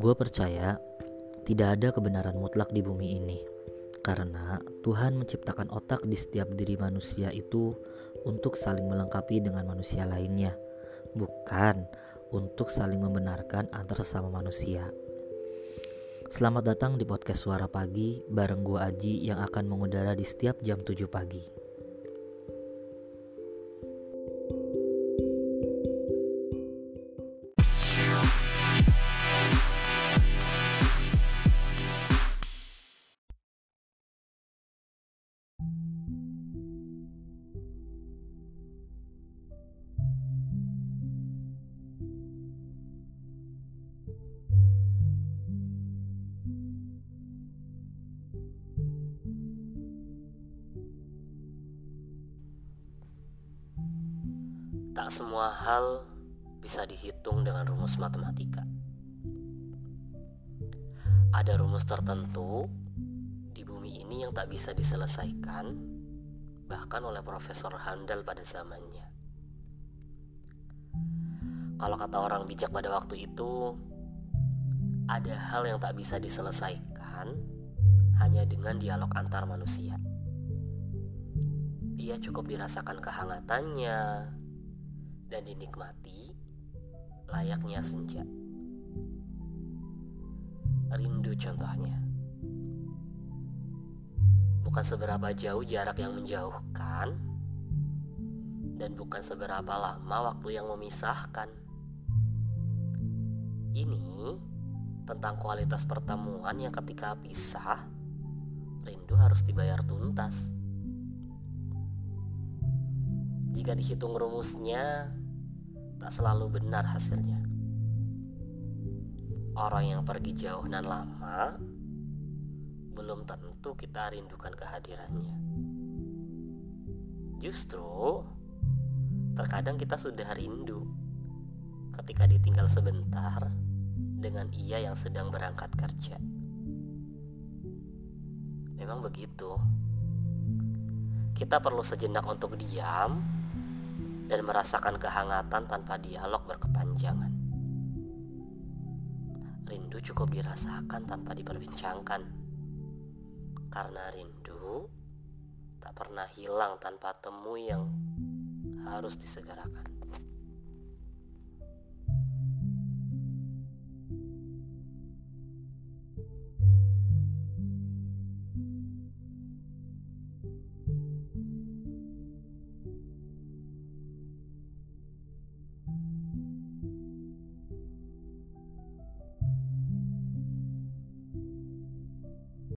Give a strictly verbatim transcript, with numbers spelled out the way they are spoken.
Gue percaya tidak ada kebenaran mutlak di bumi ini, karena Tuhan menciptakan otak di setiap diri manusia itu untuk saling melengkapi dengan manusia lainnya, bukan untuk saling membenarkan antar sesama manusia. Selamat datang di podcast Suara Pagi bareng gue Aji yang akan mengudara di setiap jam tujuh pagi. Tak semua hal bisa dihitung dengan rumus matematika. Ada rumus tertentu di bumi ini yang tak bisa diselesaikan, bahkan oleh Profesor handal pada zamannya. Kalau kata orang bijak pada waktu itu, ada hal yang tak bisa diselesaikan hanya dengan dialog antar manusia. Ia cukup dirasakan kehangatannya dan dinikmati layaknya senja. Rindu contohnya. Bukan seberapa jauh jarak yang menjauhkan, dan bukan seberapa lama waktu yang memisahkan. Ini tentang kualitas pertemuan yang ketika pisah, rindu harus dibayar tuntas. Jika dihitung rumusnya, tak selalu benar hasilnya. Orang yang pergi jauh dan lama, belum tentu kita rindukan kehadirannya. Justru, terkadang kita sudah rindu ketika ditinggal sebentar dengan ia yang sedang berangkat kerja. Memang begitu. Kita perlu sejenak untuk diam dan merasakan kehangatan tanpa dialog berkepanjangan. Rindu cukup dirasakan tanpa diperbincangkan, karena rindu tak pernah hilang tanpa temu yang harus disegerakan.